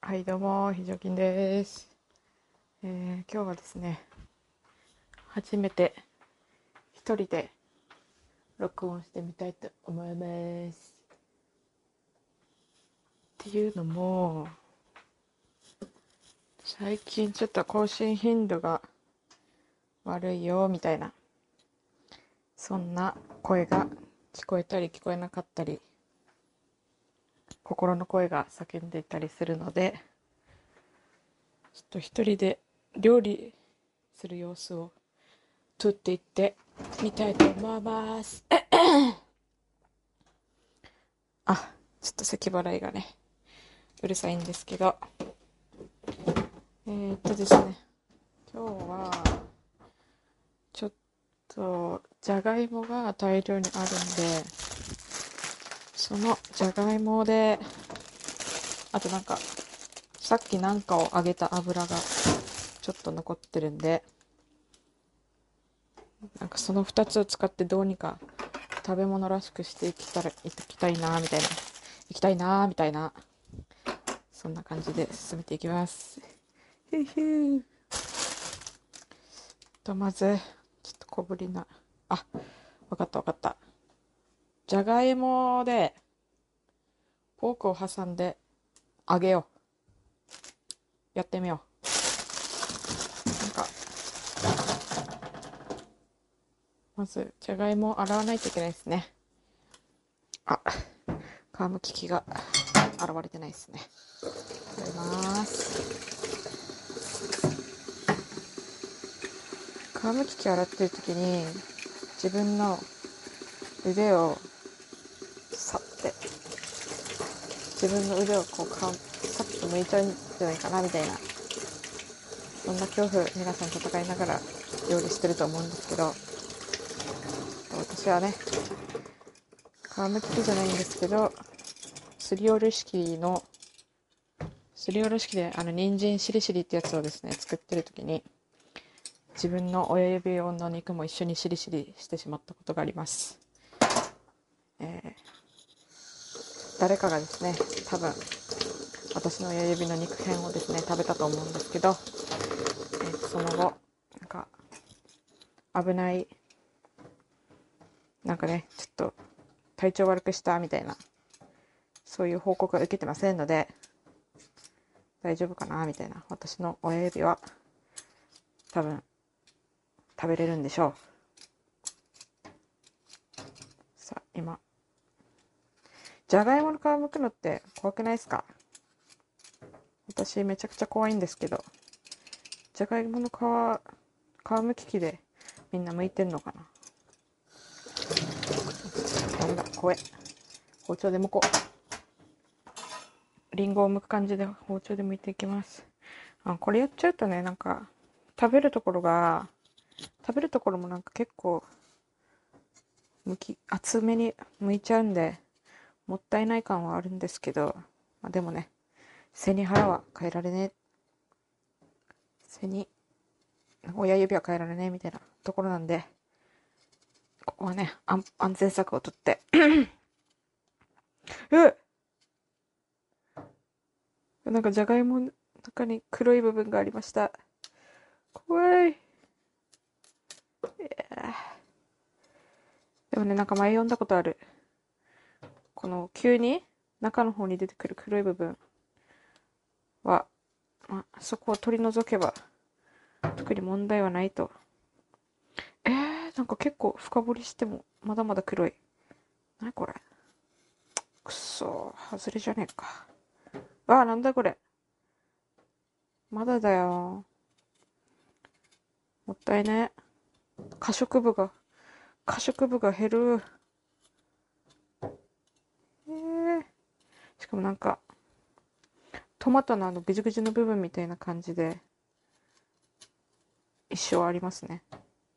はい、どうも、ひじょきんです。今日はですね、初めて一人で録音してみたいと思います。っていうのも、最近ちょっと更新頻度が悪いよ、みたいな、そんな声が聞こえたり聞こえなかったり、心の声が叫んでいたりするので、ちょっと一人で料理する様子を撮っていってみたいと思います。あ、ちょっと咳払いがね、うるさいんですけど、ですね、今日はちょっとじゃがいもが大量にあるんで、そのじゃがいもで、あとなんかさっきなんかを揚げた油がちょっと残ってるんで、なんかその2つを使ってどうにか食べ物らしくしていきたいなみたいな、いきたいなみたいな、そんな感じで進めていきます。ふふーまずちょっと小ぶりな、あ、わかったわかった。じゃがいもでフォークを挟んで揚げよう。やってみよう。なんか、まず、じゃがいもを洗わないといけないですね。あ、皮むき器が現れてないですね。洗います。皮むき器洗ってる時に、自分の腕をさって、自分の腕をこうさっと剥いちゃうんじゃないかなみたいな、そんな恐怖皆さん戦いながら料理してると思うんですけど、私はね、皮むき器じゃないんですけど、すりおろし器で人参しりしりってやつをですね作ってる時に、自分の親指用の肉も一緒にしりしりしてしまったことがあります。誰かがですね、多分私の親指の肉片をですね食べたと思うんですけど、その後なんか危ない、なんかね、ちょっと体調悪くしたみたいな、そういう報告は受けてませんので大丈夫かなみたいな。私の親指は多分食べれるんでしょう。さあ、今じゃがいもの皮むくのって怖くないですか？私めちゃくちゃ怖いんですけど、じゃがいもの皮むき器でみんな剥いてんのかな。ダメだ、怖え。包丁で剥こう。リンゴを剥く感じで包丁で剥いていきます。これやっちゃうとね、なんか食べるところもなんか結構厚めに剥いちゃうんで、もったいない感はあるんですけど、でもね、背に腹は変えられねえ。背に親指は変えられねえみたいなところなんで、ここはね、安全策をとってなんかじゃがいもの中に黒い部分がありました。怖い。でもね、なんか前読んだことある。この急に中の方に出てくる黒い部分は、そこを取り除けば特に問題はないと。なんか結構深掘りしてもまだまだ黒い。なにこれ。くそー、外れじゃねえか。なんだこれ。まだだよ。もったいね。可食部が、可食部が減る。しかもなんか、トマトのぐじゅぐじゅの部分みたいな感じで、一生ありますね。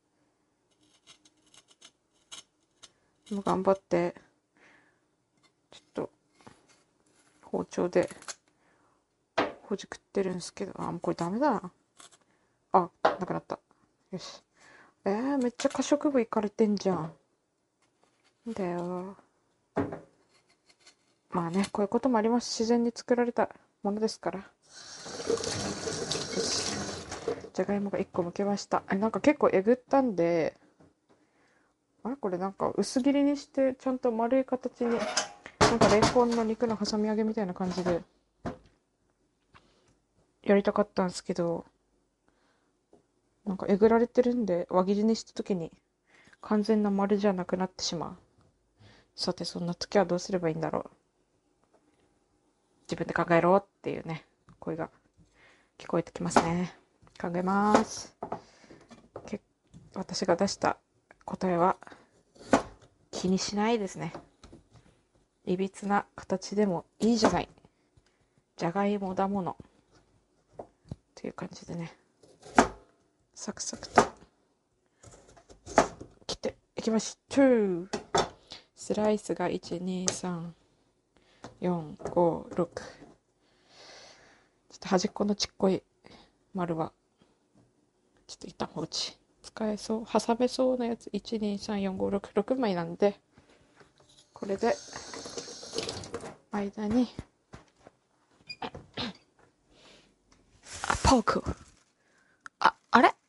もう頑張って、ちょっと、包丁で、ほじくってるんですけど、もうこれダメだな。なくなった。よし。めっちゃ可食部いかれてんじゃん。んだよ。まあね、こういうこともあります。自然に作られたものですから。 よし、じゃがいもが1個剥けました。なんか結構えぐったんで、あれこれなんか薄切りにしてちゃんと丸い形に、なんかレンコンの肉の挟み揚げみたいな感じでやりたかったんですけど、なんかえぐられてるんで輪切りにした時に完全な丸じゃなくなってしまう。さてそんな時はどうすればいいんだろう。自分で考えろっていうね、声が聞こえてきますね。考えます。私が出した答えは気にしないですね。いびつな形でもいいじゃない。じゃがいもだもの。っていう感じでね、サクサクと切っていきましょう。スライスが1、2、3、4、5、6。ちょっと端っこのちっこい丸は、ちょっと一旦放置。使えそう、挟めそうなやつ、1、2、3、4、5、6、6枚なんで、これで、間に、ポーク。あれ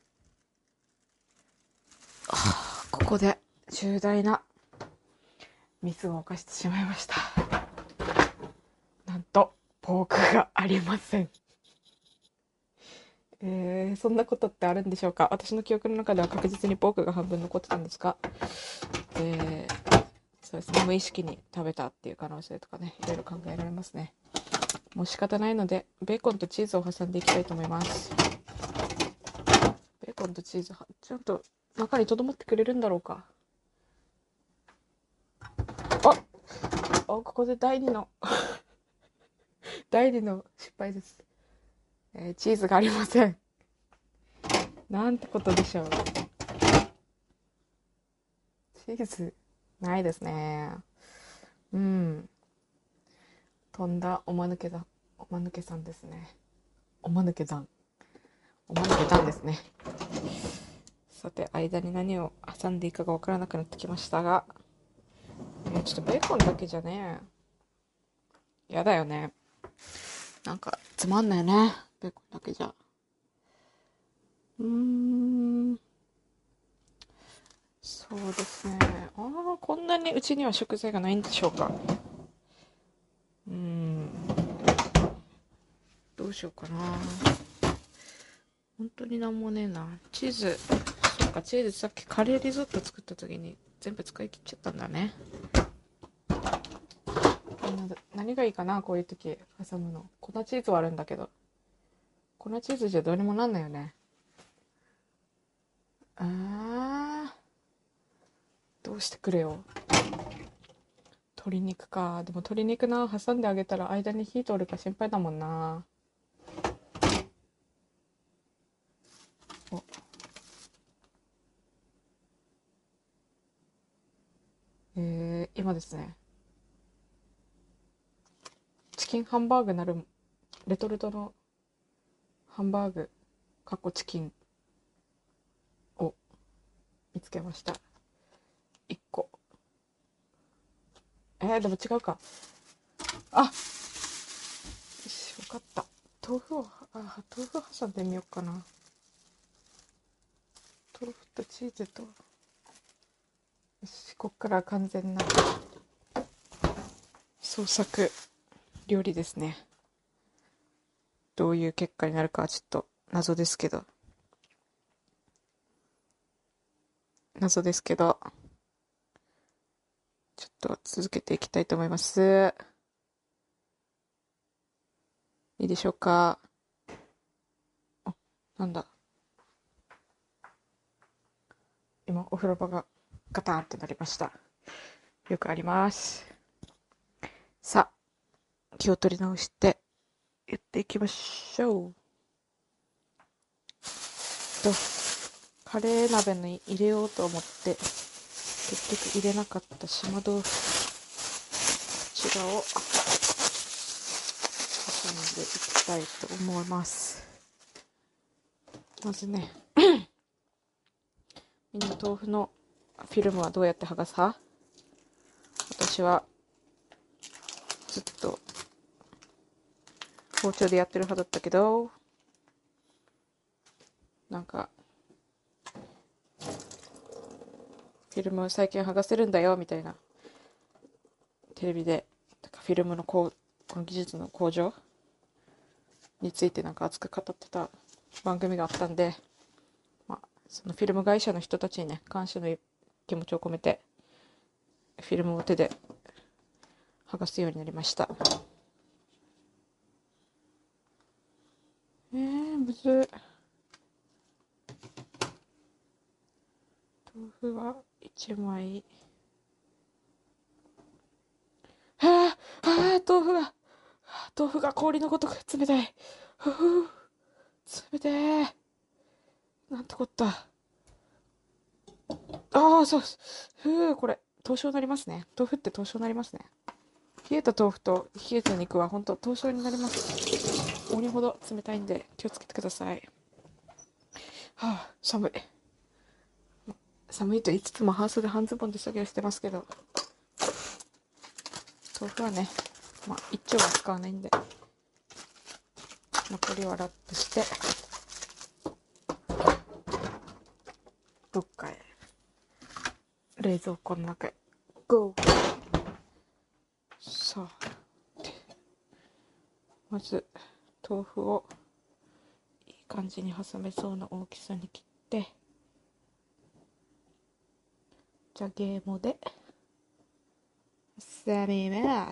ここで、重大なミスを犯してしまいました。なんと、ポークがありません。そんなことってあるんでしょうか。私の記憶の中では確実にポークが半分残ってたんですが、そうですね、無意識に食べたっていう可能性とかね、いろいろ考えられますね。もう仕方ないので、ベーコンとチーズを挟んでいきたいと思います。ベーコンとチーズ、ちゃんと中に留まってくれるんだろうか。ここで第2の第2の失敗です。チーズがありません。なんてことでしょう。チーズ、ないですね。うん。とんだおまぬけだ。おまぬけさんですね。おまぬけ団。おまぬけ団ですね。さて、間に何を挟んでいいかがわからなくなってきましたが、ちょっとベーコンだけじゃね、やだよね。なんか、つまんないね。ベーコンだけじゃ。そうですね。こんなにうちには食材がないんでしょうか。どうしようかな。本当になんもねえな。チーズ、そっか、チーズさっきカレーリゾット作った時に全部使い切っちゃったんだね。何がいいかな、こういう時挟むの。粉チーズはあるんだけど、粉チーズじゃどうにもなんないよね。どうしてくれよ。鶏肉か。でも鶏肉な、挟んであげたら間に火通るか心配だもんな。今ですね、チキンハンバーグなるレトルトのハンバーグかっこチキンを見つけました。1個。でも違うか。よし、分かった。豆腐挟んでみようかな。豆腐とチーズと、よし、こっから完全な創作料理ですね。どういう結果になるかはちょっと謎ですけど、ちょっと続けていきたいと思います。いいでしょうか。なんだ。今、お風呂場がガタンってなりました。よくあります。さあ、気を取り直してやっていきましょう。カレー鍋に入れようと思って結局入れなかった島豆腐、こちらを挟んでいきたいと思います。まずね、みんな豆腐のフィルムはどうやって剥がす派？私はずっと包丁でやってる派だったけど、なんかフィルム最近剥がせるんだよみたいな、テレビでフィルムのこの技術の向上についてなんか熱く語ってた番組があったんで、そのフィルム会社の人たちにね、感謝の気持ちを込めてフィルムを手で剥がすようになりました。むずい。豆腐は1枚。豆腐が氷のごとく冷たい。冷てえ。なんてこった。そうです。これ、凍傷になりますね。豆腐って凍傷になりますね。冷えた豆腐と冷えた肉は本当凍傷になります。鬼ほど冷たいんで気をつけてください。寒い。寒いと言いつつも半袖半ズボンで作業してますけど、豆腐はね、一丁は使わないんで、残りはラップして、どっかへ、冷蔵庫の中へ、ゴー。さあ、まず、豆腐をいい感じに挟めそうな大きさに切って、じゃがいもで、挟みます。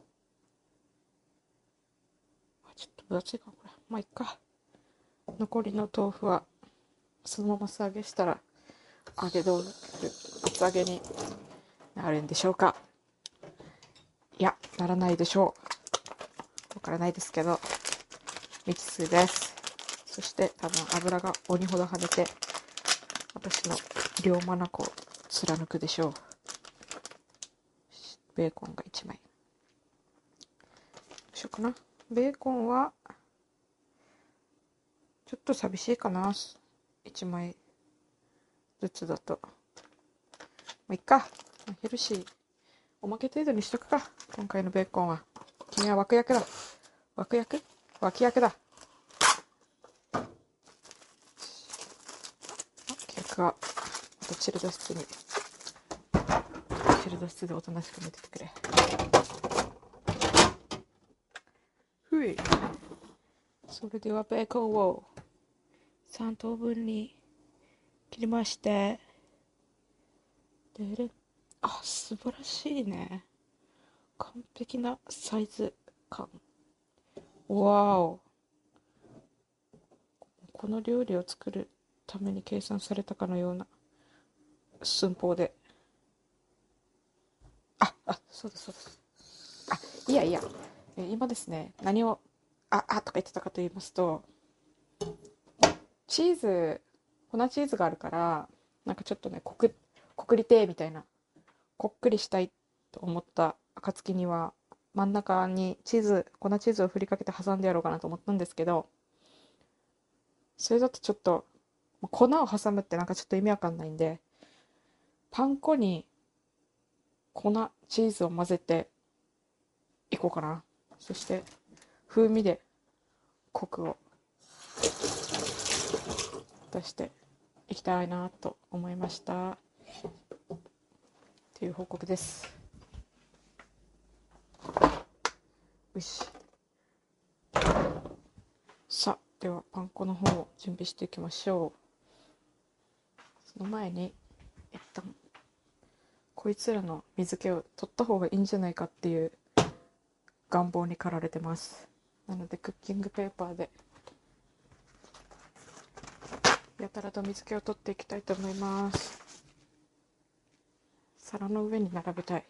ちょっと分厚いかこれ。いっか。残りの豆腐はそのまま素揚げしたら揚げ豆腐厚揚げになるんでしょうか。いや、ならないでしょう。わからないですけど、未知数です。そして多分油が鬼ほど跳ねて私の両眼を貫くでしょう。ベーコンが1枚。どうしようかな。ベーコンはちょっと寂しいかな。1枚ずつだと。いっか。ヘルシー。おまけ程度にしとくか。今回のベーコンは。君は脇役だ。脇役だ。ケーキはまたチルド室でおとなしく寝ててくれ。ふい。それではベーコンを3等分に切りまして、素晴らしいね。完璧なサイズ感。わお。この料理を作るために計算されたかのような寸法で。そうだ。いや。今ですね、何を、とか言ってたかと言いますと、粉チーズがあるから、なんかちょっとね、こくりてーみたいな、こっくりしたいと思った暁には、真ん中に粉チーズを振りかけて挟んでやろうかなと思ったんですけど、それだとちょっと、粉を挟むってなんかちょっと意味わかんないんで、パン粉に粉チーズを混ぜていこうかな。そして風味でコクを出していきたいなと思いましたっていう報告です。よし。さあ、ではパン粉の方を準備していきましょう。その前に一旦こいつらの水気を取った方がいいんじゃないかっていう願望に駆られてます。なのでクッキングペーパーでやたらと水気を取っていきたいと思います。皿の上に並べたい。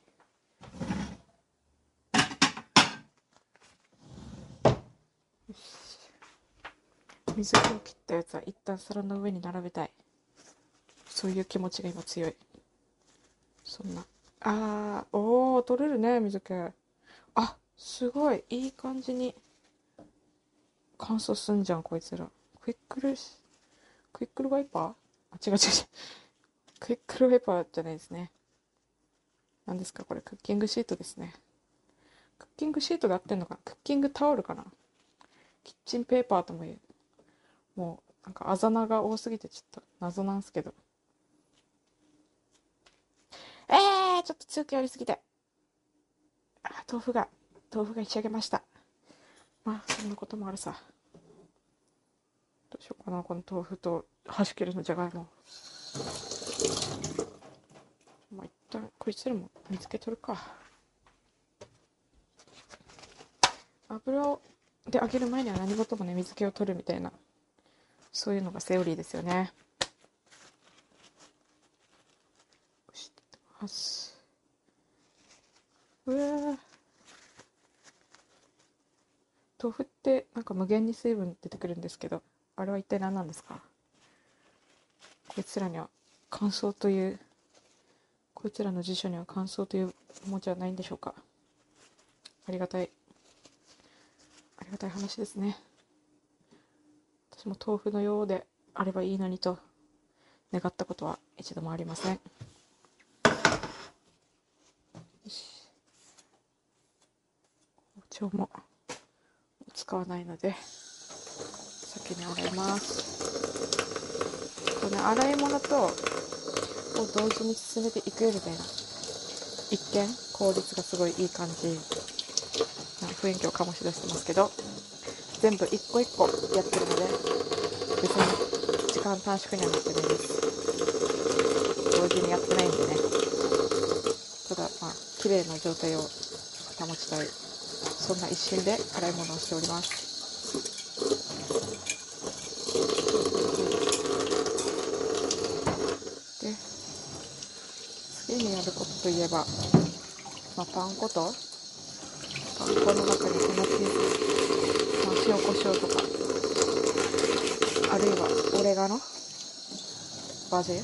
よし。水気を切ったやつは一旦皿の上に並べたい。そういう気持ちが今強い。そんな。取れるね、水気。すごい、いい感じに乾燥すんじゃん、こいつら。クイックルワイパー違う。クイックルワイパーじゃないですね。何ですかこれ、クッキングシートですね。クッキングシートで合ってんのかな。クッキングタオルかな。 キッチンペーパーともいうもうなんかあざなが多すぎてちょっと謎なんですけど、ちょっと強くやりすぎて豆腐が仕上げました。まあそんなこともあるさ。どうしようかな、この豆腐と端切れのじゃがいも。まあ一旦こいつらも水気取るか。油をで揚げる前には何事もね水気を取るみたいな、そういうのがセオリーですよね。うわ、豆腐ってなんか無限に水分出てくるんですけど、あれは一体何なんですか？こいつらには乾燥というこいつらの辞書には乾燥という文字はないんでしょうか？ありがたい話ですね。私も豆腐のようであればいいのにと願ったことは一度もありません。よし、包丁も使わないので先に洗います。これね、洗い物とを同時に進めていくみたいな、一見効率がすごいいい感じな雰囲気を醸し出してますけど、全部一個一個やってるので別に時間短縮にはなってないです。同時にやってないんでね。ただまあ綺麗な状態を保ちたい、そんな一心で洗い物をしております。で次にやることといえば、パン粉の中に粉チーズ、塩コショウとか、あるいはオレガノ、バジル、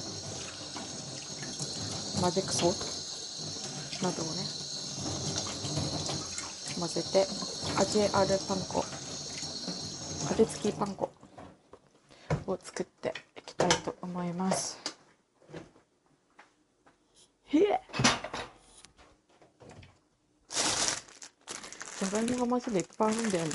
マジックソートなどをね混ぜて、味付きパン粉を作っていきたいと思います。じゃがいもがマジでいっぱいあるんだよ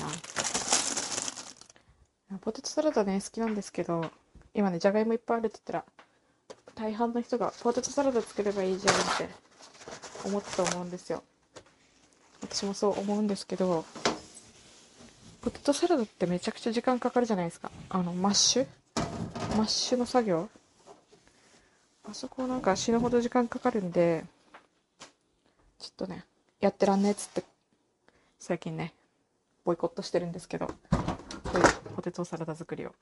な。ポテトサラダね好きなんですけど、今ねじゃがいもいっぱいあるって言ったら大半の人がポテトサラダ作ればいいじゃんって思ったと思うんですよ。私もそう思うんですけど、ポテトサラダってめちゃくちゃ時間かかるじゃないですか。マッシュの作業、あそこなんか死ぬほど時間かかるんで、ちょっとねやってらんねえっつって最近ねボイコットしてるんですけど、こういうポテトサラダ作りを。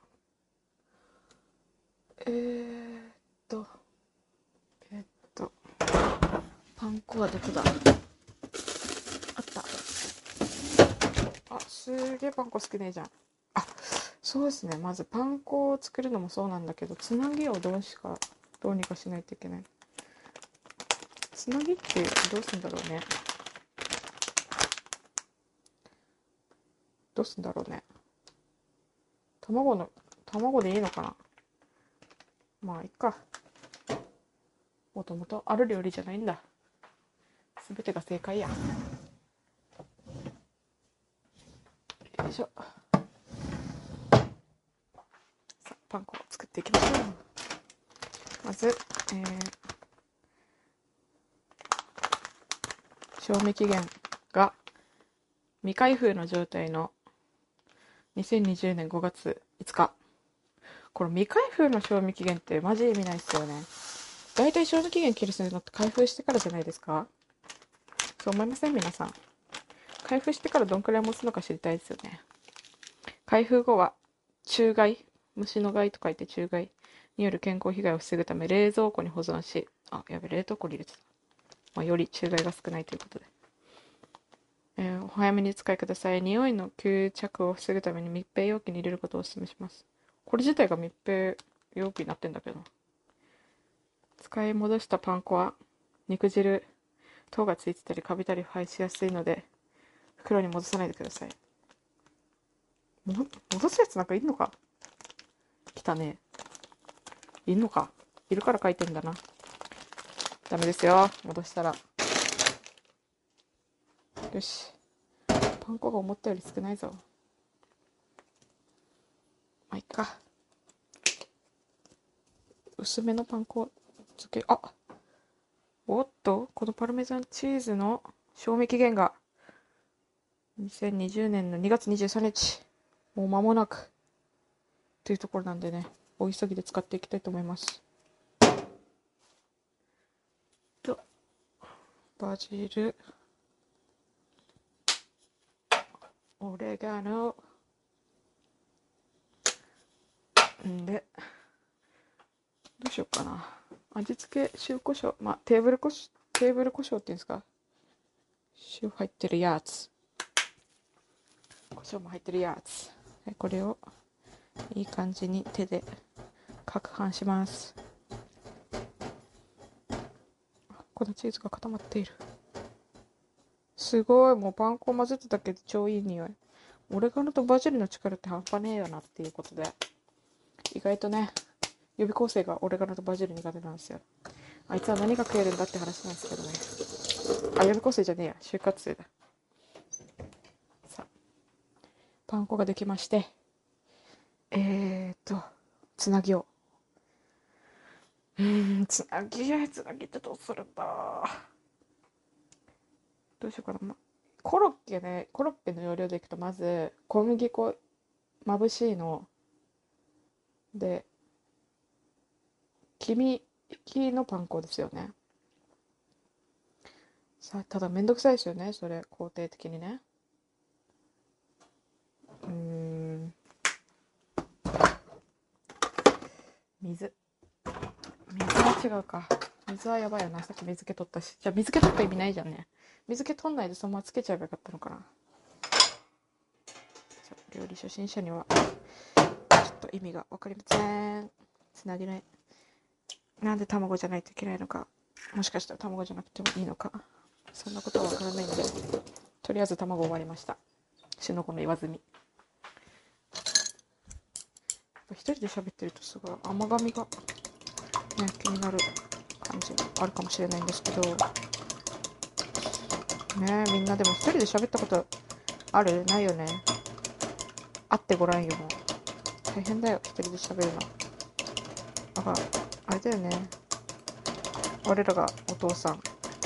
えーっとえーっとパン粉はどこだ、あった。すげえパン粉少ねえじゃん。そうですね、まずパン粉を作るのもそうなんだけど、つなぎをどうにかしないといけない。つなぎってどうすんだろうね。卵でいいのかな。まあいっか、もともとある料理じゃないんだ。すべてが正解や。よいしょ。さあパン粉を作っていきましょう。まず、賞味期限が未開封の状態の2020年5月5日。これ未開封の賞味期限ってマジ意味ないっすよね。だいたい賞味期限切りするのって開封してからじゃないですか？そう思いません皆さん？開封してからどんくらい持つのか知りたいですよね。開封後は虫害、虫の害と書いて虫害による健康被害を防ぐため冷蔵庫に保存し、冷凍庫に入れてた。より虫害が少ないということで、お早めに使いください。匂いの吸着を防ぐために密閉容器に入れることをお勧めします。これ自体が密閉容器になってんだけど、使い戻したパン粉は肉汁等がついてたりカビたり腐敗しやすいので袋に戻さないでください。戻すやつなんかいんのか。汚ねえ。いんのか。いるから書いてんだな。ダメですよ戻したら。よし、パン粉が思ったより少ないぞ。 あ、いっか。薄めのパン粉つけ、おっと、このパルメザンチーズの賞味期限が2020年の2月23日。もう間もなく。というところなんでね、お急ぎで使っていきたいと思います。と、バジル、オレガノ、で、どうしようかな。味付け、塩コショウ。テーブルコショウっていうんですか。塩入ってるやつ。コショウも入ってるやつ。これをいい感じに手で攪拌します。このチーズが固まっている。すごい、もうパン粉を混ぜただけで超いい匂い。オレガノとバジルの力って半端ねえよなっていうことで、意外とね、予備構成がオレガノとバジル苦手なんですよ。あいつは何が食えるんだって話なんですけどね。予備構成じゃねえや、就活生だ。さあ、パン粉ができまして、つなぎを。つなぎってどうするんだ。どうしようかな。コロッケの要領でいくと、まず、小麦粉まぶしいので、黄身のパン粉ですよね。さあ、ただめんどくさいですよね、それ、工程的にね。水は違うか。水はやばいよな。さっき水気取ったし。じゃあ水気取った意味ないじゃんね。水気取んないでそのままつけちゃえばよかったのかな。料理初心者にはちょっと意味が分かりません。つなげない。なんで卵じゃないといけないのか。もしかしたら卵じゃなくてもいいのか。そんなことは分からないんで、とりあえず卵を割りました。しのこの言わずに。一人で喋ってるとすごい甘噛みが、ね、気になる感じがあるかもしれないんですけど、ね、みんなでも一人で喋ったことある？ないよね。会ってごらんよ。もう大変だよ、一人で喋るの。だからあれだよね、我らがお父さん、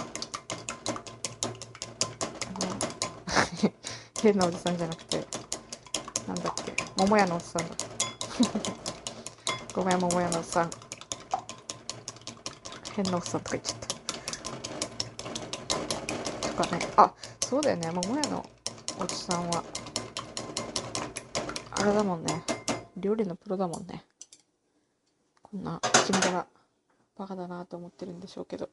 変なおじさんじゃなくて、なんだっけ、桃屋のおっさんだ。ごめん、桃屋のおっさん、変なおっさんとか言っちゃったとかね。そうだよね、桃屋のおじさんはあれだもんね、料理のプロだもんね。こんな君がバカだなと思ってるんでしょうけど。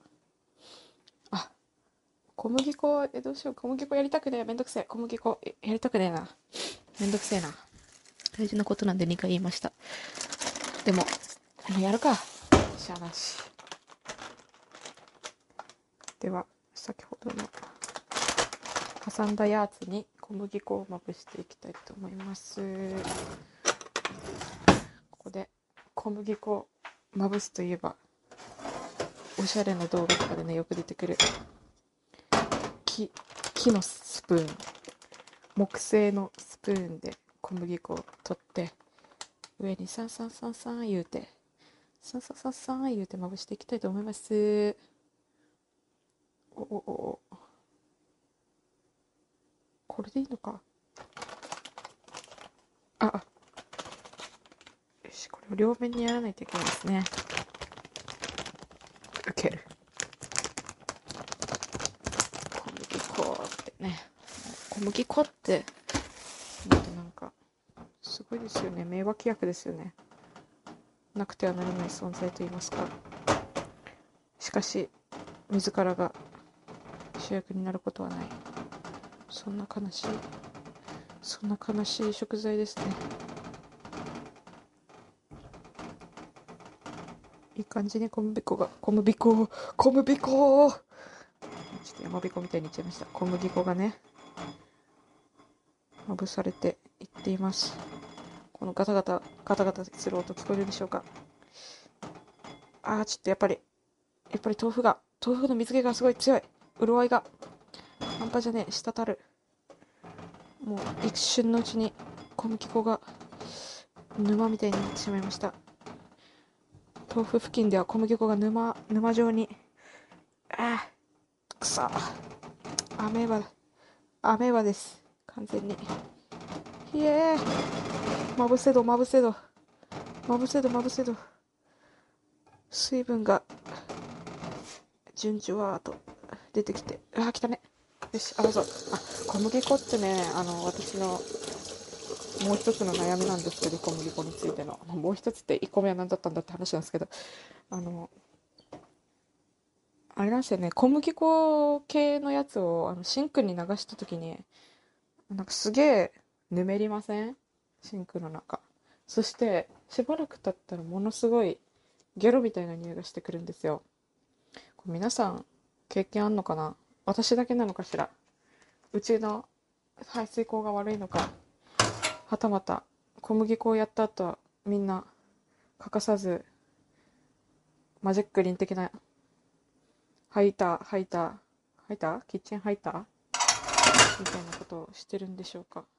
小麦粉、どうしよう。小麦粉やりたくねえ。めんどくせえ。小麦粉やりたくねえな。めんどくせえな。大事なことなんで2回言いました。でもやるか。しゃあなし。では、先ほどの挟んだやつに小麦粉をまぶしていきたいと思います。ここで小麦粉をまぶすといえば、おしゃれな動画とかでね、よく出てくる木のスプーン、木製のスプーンで小麦粉を取って、上にサンサンサンサン言うて、サンサンサンサン言うてまぶしていきたいと思います。これでいいのか。よし、これを両面にやらないといけないですね。受ける。小麦粉ってね、小麦粉ってなんかすごいですよね。名脇役ですよね。なくてはならない存在といいますか。しかし自らが主役になることはない。そんな悲しい食材ですね。いい感じに小麦粉ちょっと山びこみたいに言っちゃいました。小麦粉がね、まぶされていっています。このガタガタする音聞こえるでしょうか。ちょっとやっぱり豆腐の水気がすごい強い。潤いが半端じゃねえ。滴る。もう一瞬のうちに小麦粉が沼みたいになってしまいました。豆腐付近では小麦粉が沼状に。あーくそ、アメーバです、完全に。ひえー、まぶせど水分が順々わーっと出てきて、来たね。よし、どうぞ。小麦粉ってね、私のもう一つの悩みなんですけど、小麦粉についての。もう一つって1個目は何だったんだって話なんですけど、あれなんですよね、小麦粉系のやつをシンクに流した時に、なんかすげえぬめりません？シンクの中。そして、しばらく経ったらものすごいゲロみたいな匂いがしてくるんですよ。これ皆さん経験あんのかな？私だけなのかしら？うちの排水口が悪いのか、はたまた小麦粉をやった後はみんな欠かさずマジックリン的なハイターキッチンハイターみたいなことをしてるんでしょうか。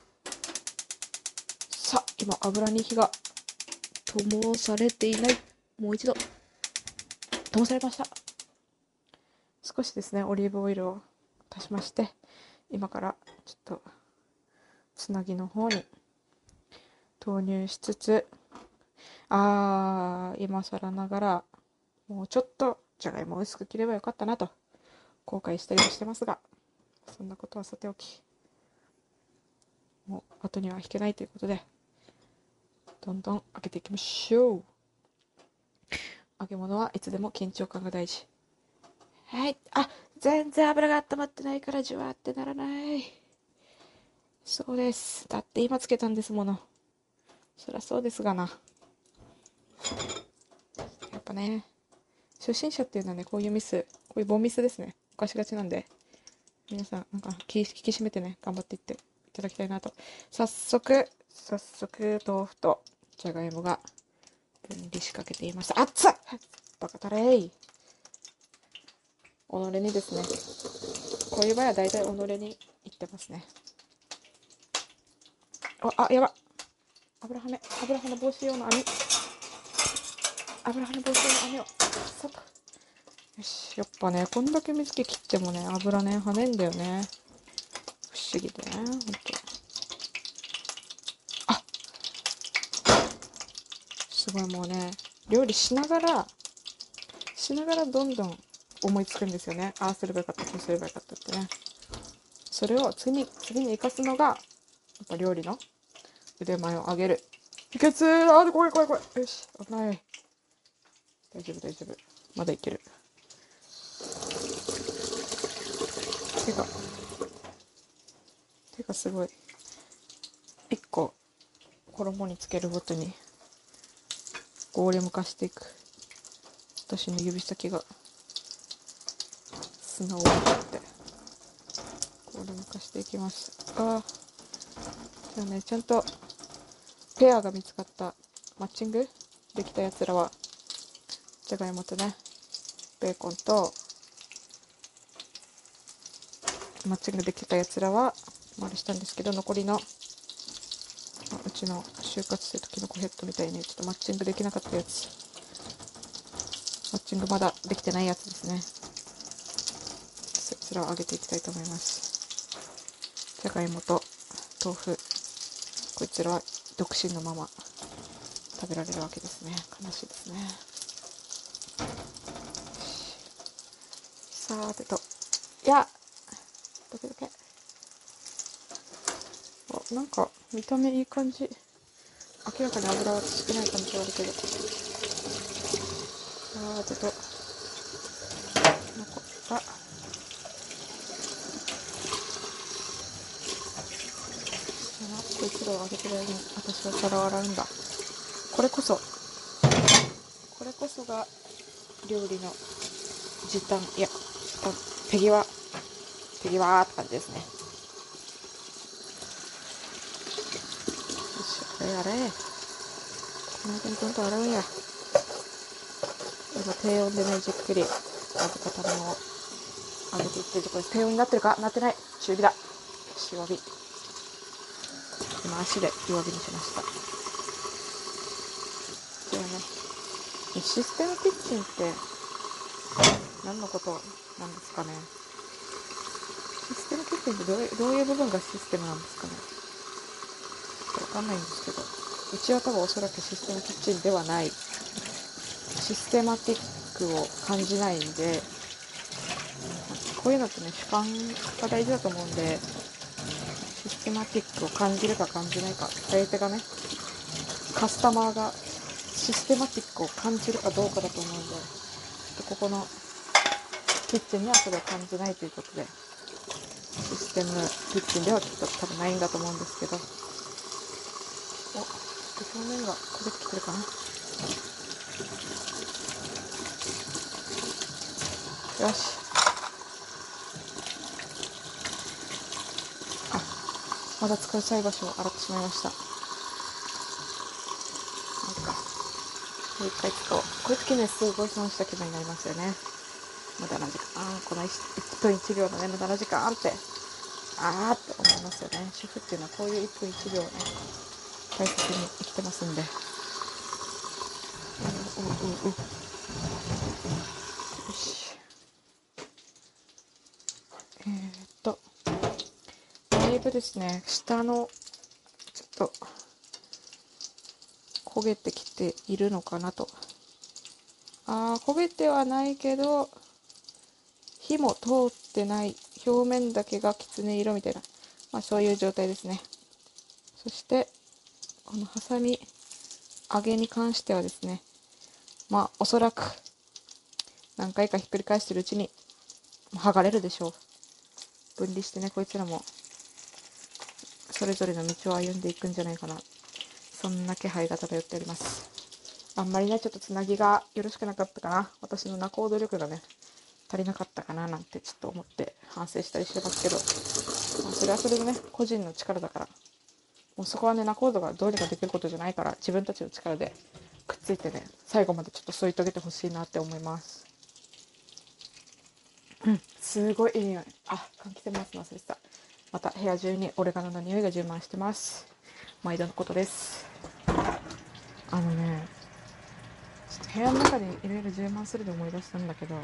さあ、今油に火が灯されていない。もう一度灯されました。少しですね、オリーブオイルを足しまして、今からちょっとつなぎの方に投入しつつ、今更ながらもうちょっとじゃがいもを薄く切ればよかったなと後悔したりはしてますが、そんなことはさておき、もう後には引けないということで、どんどん揚げていきましょう。揚げ物はいつでも緊張感が大事。はい。全然油が温まってないからジュワーってならない。そうです。だって今つけたんですもの。そりゃそうですがな。やっぱね、初心者っていうのはね、こういうミス、こういうボンミスですね、犯しがちなんで、皆さん、なんか引き締めてね、頑張っていっていただきたいなと。早速、豆腐とじゃがいもが分離しかけていました。熱っ、バカたれい。己にですね、こういう場合は大体己に言ってますね。やば。油跳ね防止用の網。油跳ね防止用の網を。そっか。よし、やっぱね、こんだけ水気切ってもね、油ね、跳ねんだよね。不思議でね、ほんと。すごいもうね、料理しながらどんどん思いつくんですよね。ああすればよかった、こうすればよかったってね。それを次に生かすのが、やっぱ料理の腕前を上げる秘訣。怖い。よし、危ない。大丈夫。まだいける。手がすごい。一個衣につけるごとにゴーレム化していく。私の指先が砂を割ってゴーレム化していきます。じゃあね、ちゃんとペアが見つかった、マッチングできたやつらは、じゃがいもとね、ベーコンとマッチングできたやつらは丸したんですけど、残りのうちの就活生とキノコヘッドみたいにちょっとマッチングできなかったやつ、マッチングまだできてないやつですね。そちらを揚げていきたいと思います。じゃがいもと豆腐、こいつらは独身のまま食べられるわけですね。悲しいですね。さてと、どけ。なんか見た目いい感じ。明らかに油は少ない感じはあるけど、こいつらを揚げてる間に私は皿を洗うんだ。これこそが料理の時短、手際って感じですね。よし、あれこの間にちゃんと洗うんや。今低温でね、じっくり揚げた卵を揚げていってるところです。低温になってるか？なってない。中火だ。弱火。今足で弱火にしました。 よね。システムキッチンって何のことなんですかね。システムキッチンってどういう部分がシステムなんですかね。わかんないんですけど、うちは多分おそらくシステムキッチンではない、システマティックを感じないんで、こういうのってね、主観が大事だと思うんで、システマティックを感じるか感じないか、相手がね、カスタマーがシステマティックを感じるかどうかだと思うんで、ちょっとここのキッチンにはそれを感じないということで、システムキッチンではきっと多分ないんだと思うんですけど、ちょっと表面が焦げてきてるかな。よし。まだ使いたい場所を洗ってしまいました。なんかもう一回使おう。こういう時ね、すごい損した気分になりますよね。無駄な時間、この 1分1秒のね、無駄な時間ってって思いますよね。主婦っていうのはこういう1分1秒をね、大切に生きてますんで。よし。だいぶですね、下のちょっと焦げてきているのかなと。焦げてはないけど、火も通ってない、表面だけがきつね色みたいな、そういう状態ですね。そしてこのハサミ揚げに関してはですね、おそらく何回かひっくり返してるうちに剥がれるでしょう。分離してね、こいつらもそれぞれの道を歩んでいくんじゃないかな、そんな気配が漂っております。あんまりね、ちょっとつなぎがよろしくなかったかな、私の仲人力がね足りなかったかななんてちょっと思って反省したりしてますけど、それはそれでね、個人の力だから、もうそこはね、仲人がどうにかできることじゃないから、自分たちの力でくっついてね、最後までちょっと添い遂げてほしいなって思います。すごいいい匂い。換気扇回すの忘れてた。また部屋中にオレガノの匂いが充満してます。毎度のことです。ちょっと部屋の中にいろいろ充満するで思い出したんだけど、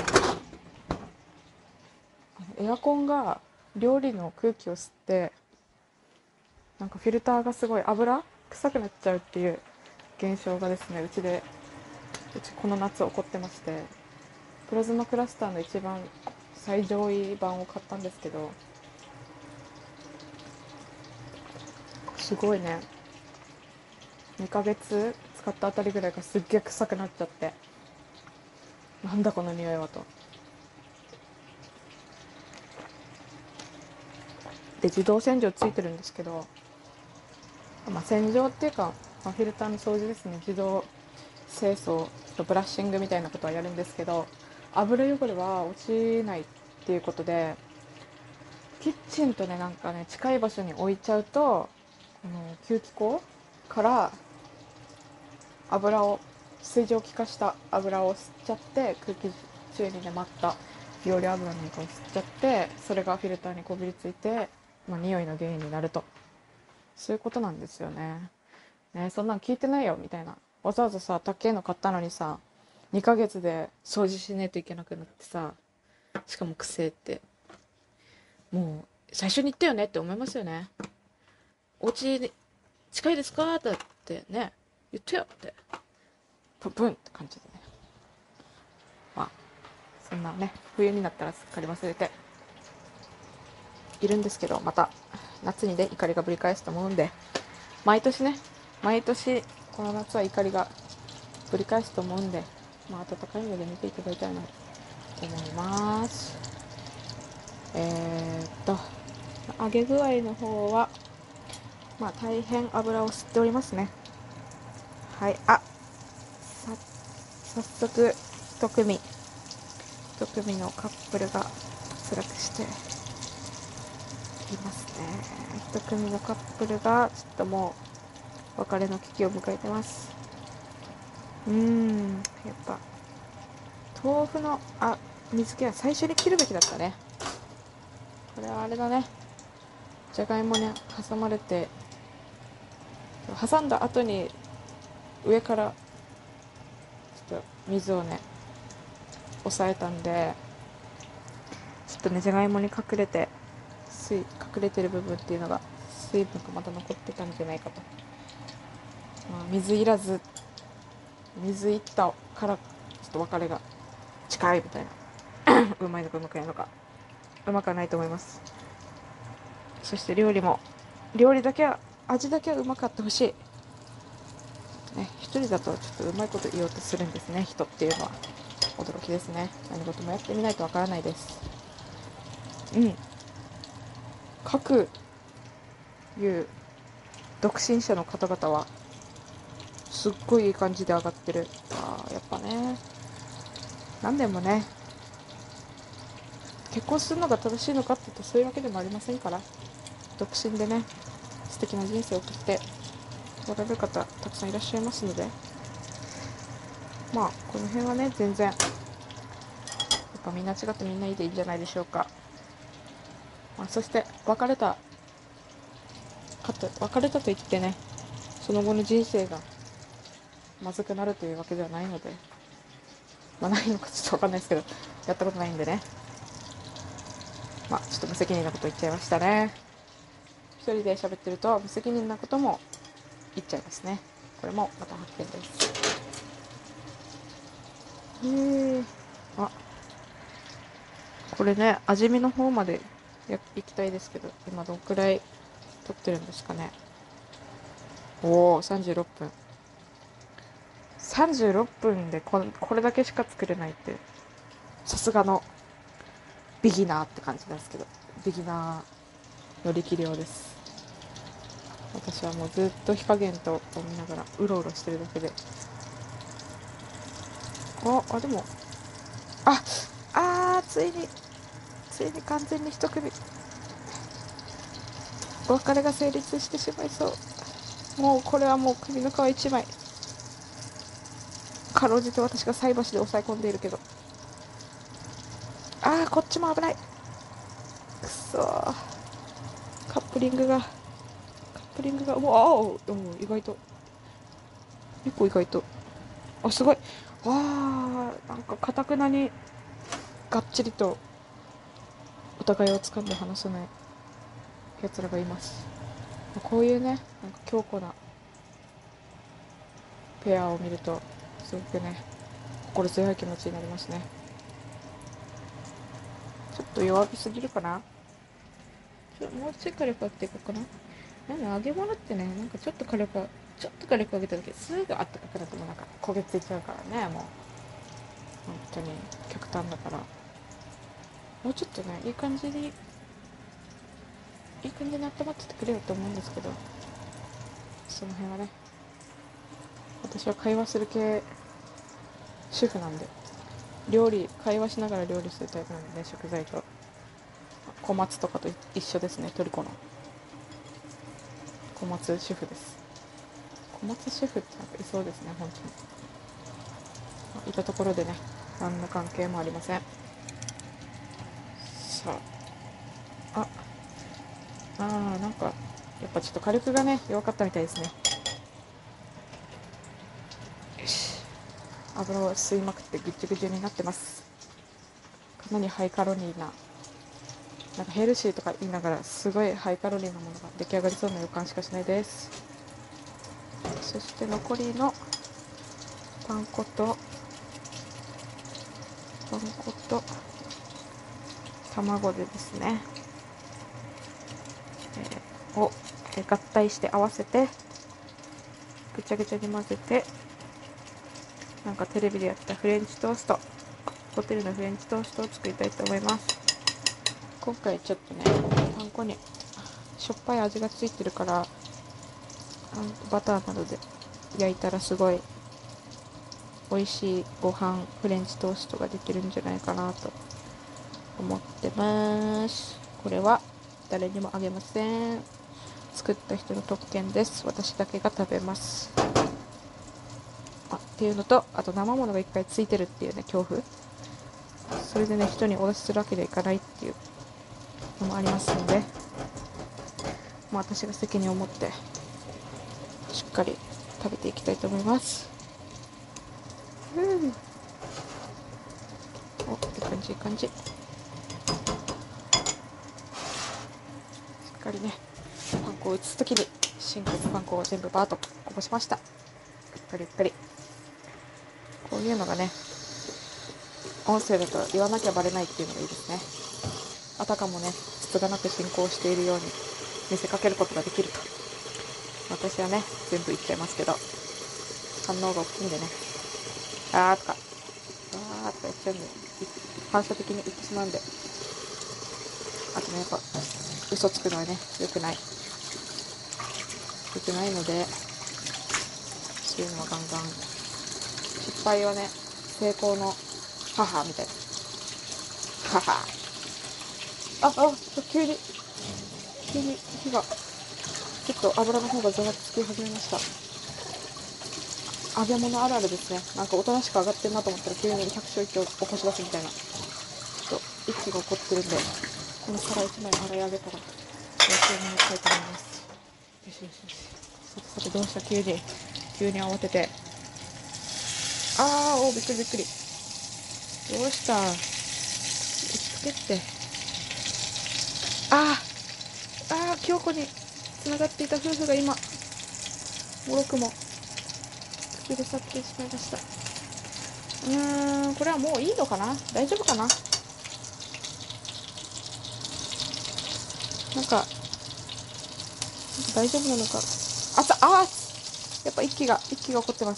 エアコンが料理の空気を吸って、なんかフィルターがすごい油臭くなっちゃうっていう現象がですね、うちこの夏起こってまして、プラズマクラスターの一番最上位版を買ったんですけど、すごいね、2ヶ月使ったあたりぐらいがすっげえ臭くなっちゃって、なんだこの匂いはと。で、自動洗浄ついてるんですけど、洗浄っていうか、フィルターの掃除ですね。自動清掃とブラッシングみたいなことはやるんですけど、油汚れは落ちないっていうことで、キッチンとね、なんかね、近い場所に置いちゃうと、この吸気口から油を、水蒸気化した油を吸っちゃって、空気中にね、舞った料理油なんかを吸っちゃって、それがフィルターにこびりついて、匂いの原因になると。そういうことなんですよね。そんなん聞いてないよみたいな。わざわざさ、高いの買ったのにさ、2ヶ月で掃除しねえといけなくなってさ、しかも癖って、もう最初に言ったよねって思いますよね。お家に近いですかってね、言ったよって、プンプンって感じでね。そんなね、冬になったらすっかり忘れているんですけど、また夏にね、怒りがぶり返すと思うんで、毎年この夏は怒りがぶり返すと思うんで、温かい目で見ていただきたいなと思います。揚げ具合の方は、大変油を吸っておりますね。はい。早速一組のカップルが脱落していますね。一組のカップルがちょっともう別れの危機を迎えてます。やっぱ豆腐の水気は最初に切るべきだったね。これはあれだね、じゃがいもに挟まれて、挟んだ後に上から水をね抑えたんで、ちょっとねじゃがいもに隠れてる部分っていうのが水分がまだ残ってたんじゃないかと、水いらず水いったからちょっと別れが近いみたいなうまいのかうまくないのか、うまくはないと思います。そして料理だけは味だけはうまかってほしいね。一人だとちょっとうまいこと言おうとするんですね、人っていうのは。驚きですね。何事もやってみないとわからないです。各いう独身者の方々はすっごいいい感じで上がってる。やっぱね、何年もね結婚するのが正しいのかって言うとそういうわけでもありませんから、独身でね素敵な人生を送っておられる方たくさんいらっしゃいますので、この辺はね全然やっぱみんな違ってみんないいでいいんじゃないでしょうか。そして別れたといってね、その後の人生がまずくなるというわけではないので、ないのかちょっと分かんないですけど、やったことないんでね、ちょっと無責任なこと言っちゃいましたね。一人で喋ってると無責任なことも言っちゃいますね。これもまた発見です。これね、味見の方まで行きたいですけど、今どんくらい撮ってるんですかね。おお、36分。36分でこれだけしか作れないって、さすがのビギナーって感じですけど、ビギナーの力量です。私はもうずっと火加減と見ながらうろうろしてるだけで。でも、ついに完全に一組お別れが成立してしまいそう。もうこれはもう首の皮一枚、かろうじて私が菜箸で押さえ込んでいるけど、こっちも危ない。くそー、カップリングが意外とすごい。なんかかたくなにがっちりとお互いを掴んで離さないやつらがいます。こういうね、なんか強固なペアを見るとすごくね心強い気持ちになりますね。ちょっと弱火すぎるかな。もうちょい火力上げていこうかな。揚げ物ってね、なんかちょっと火力上げただけですぐあったかくなってもなんか焦げついちゃうからね、もう本当に極端だから、もうちょっとねいい感じに温まっててくれよと思うんですけど、その辺はね、私は会話する系主婦なんで、会話しながら料理するタイプなんでね、食材と小松とかと一緒ですね。トルコの小松主婦です。小松主婦ってなんかいそうですね、本当に。いたところでね、何の関係もありません。さなんかやっぱちょっと火力がね弱かったみたいですね。よし、油を吸いまくってぐちゅぐちゅになってます。かなりハイカロリーな、なんかヘルシーとか言いながらすごいハイカロリーなものが出来上がりそうな予感しかしないです。そして残りのパン粉と卵でですね、を合体して合わせてぐちゃぐちゃに混ぜて、なんかテレビでやったフレンチトースト、ホテルのフレンチトーストを作りたいと思います。今回ちょっとねパン粉にしょっぱい味がついてるから、バターなどで焼いたらすごい美味しいご飯フレンチトーストができるんじゃないかなと思ってます。これは誰にもあげません。作った人の特権です。私だけが食べます。っていうのと、あと生ものが一回ついてるっていうね恐怖、それでね人にお出しするわけにはいかないっていうのもありますので、私が責任を持ってしっかり食べていきたいと思います。 いい感じいい感じ。しっかりねパン粉を打つ時にシンクのパン粉を全部バーッとこぼしました。ゆっくりゆっくり。こういうのがね音声だと言わなきゃバレないっていうのがいいですね。あたかもねつつがなく進行しているように見せかけることができると私はね全部言っちゃいますけど、反応が大きいんでね、あーとかあーとかやっちゃうんで、反射的に言ってしまうんで、あとねやっぱ嘘つくのはね良くないので、そういうのはガンガン、失敗はね成功の母みたいな、母急に火がちょっと油の方がざわつき始めました。揚げ物あるあるですね。なんかおとなしく上がってるなと思ったら急に百姓一挙起こし出すみたいな、ちょっと一気が起こってるんで、この皿1枚洗い上げたら冷静にやりたいと思います。よしよしよし。さてどうした、急に慌てて、びっくりびっくり。どうした、落ち着けって。京子に繋がっていた夫婦が今もろくも突き出去ってしまいました。これはもういいのかな、大丈夫かな、なんか大丈夫なのか。やっぱ一気が起こってます。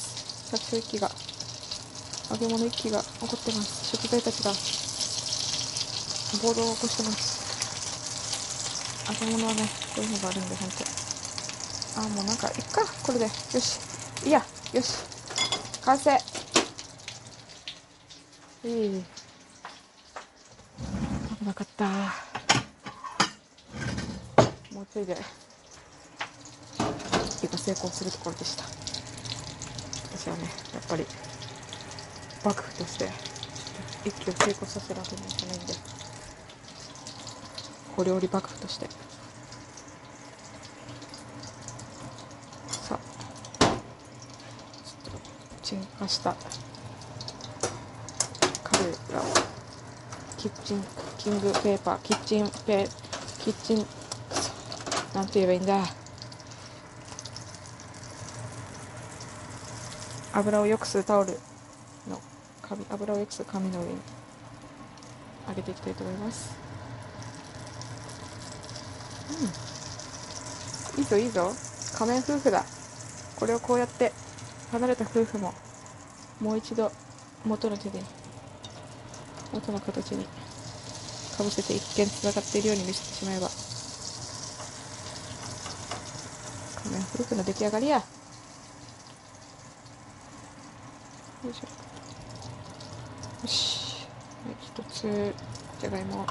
百姓一気が、揚げ物一気が起こってます。食材たちが暴動を起こしてます。揚げ物はねこういうのがあるんで、ほんともうなんかいっか、これでよし、いいや、よし完成。危なかった。もうちょいで一気が成功するところでした。私はねやっぱり幕府として一気を成功させるわけにはいかないんで、お料理幕府としてさあ、ちょっと沈下したカレーがキッチンクッキングペーパー、キッチンなんて言えばいいんだ、油をよく吸うタオルの油をよく吸う紙の上に上げていきたいと思います。いいぞいいぞ、仮面夫婦だ。これをこうやって離れた夫婦ももう一度元の形にかぶせて、一見つながっているように見せてしまえば仮面夫婦の出来上がりや。よいしょ。よし、一つじゃがいも、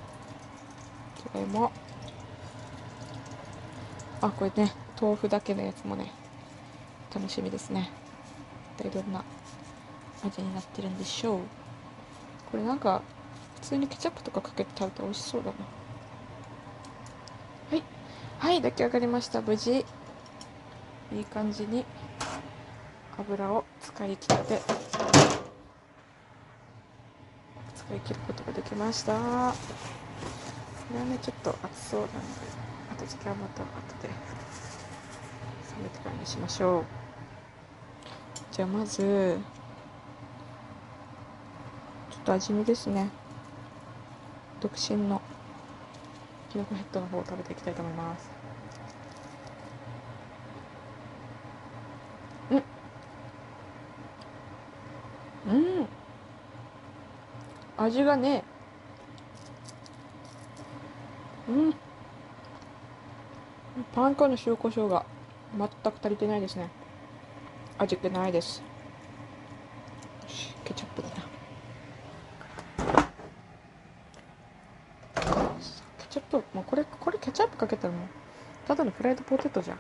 これね豆腐だけのやつもね楽しみですね。一体どんな味になってるんでしょう。これなんか普通にケチャップとかかけて食べたら美味しそうだな。はい出来上がりました。無事いい感じに油を使い切ることができました。これはねちょっと熱そうなので、後付けはまた後で冷めてからにしましょう。じゃあまずちょっと味見ですね。独身のキノコヘッドの方を食べていきたいと思います。味がね、パン粉の塩コショウが全く足りてないですね。味気ないです。ケチャップだな。ケチャップ、もうこれケチャップかけたらもうただのフライドポテトじゃん。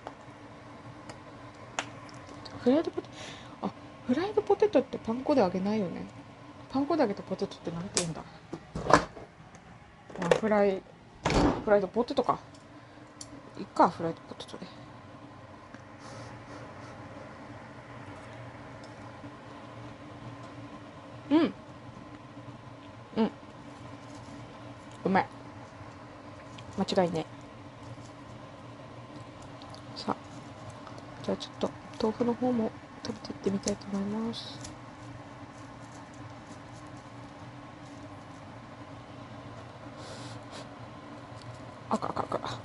フライドポテトってパン粉で揚げないよね。パン粉で揚げたポテトってなんて言うんだ。フライドポテトか。いっか、フライドポテトで。 間違いね。さあ、じゃあちょっと豆腐の方も食べていってみたいと思います。赤赤赤。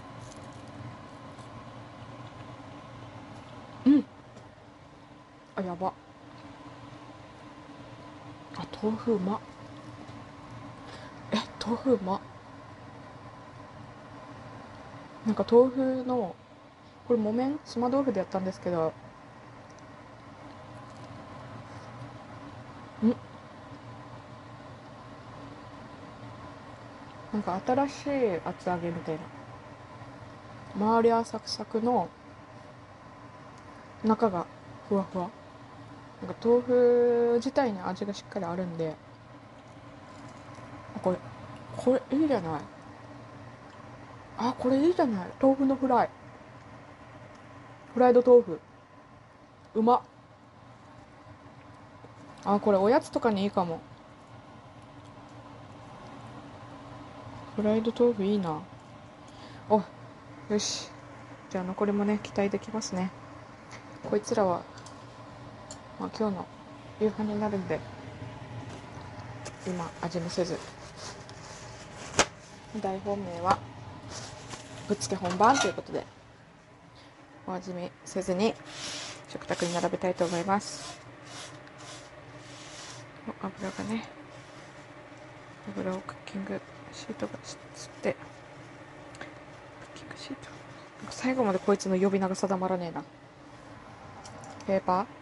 うん。あ、やば。あ、豆腐うま。豆腐うま。なんか豆腐の、これ木綿島豆腐でやったんですけど、なんか新しい厚揚げみたいな。周りはサクサクの、中がふわふわ。なんか豆腐自体に味がしっかりあるんで、これ、これいいじゃない。あ、これいいじゃない。豆腐のフライ。フライド豆腐。うまっ。あ、これおやつとかにいいかも。フライド豆腐いいな。お、よし。じゃあ残りもね、期待できますね。こいつらは、まあ、今日の夕飯になるんで、今味見せず、大本命はぶっつけ本番ということで、お味見せずに食卓に並べたいと思います。油がね、油をクッキングシートが吸って、クッキングシート、最後までこいつの呼び名が定まらねえな。ペーパー、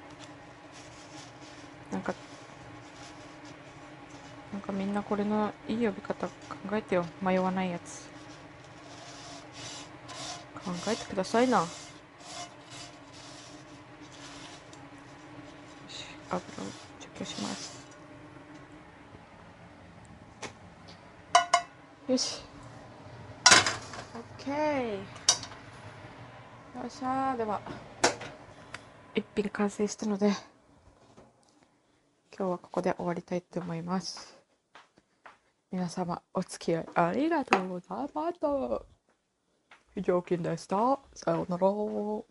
なんかみんなこれのいい呼び方考えてよ。迷わないやつ考えてくださいな。よし、油を除去します。よし、 OK。 よっしゃー。では一品完成したので、今日はここで終わりたいと思います。皆様お付き合いありがとうございました。以上、金でした。さようなら。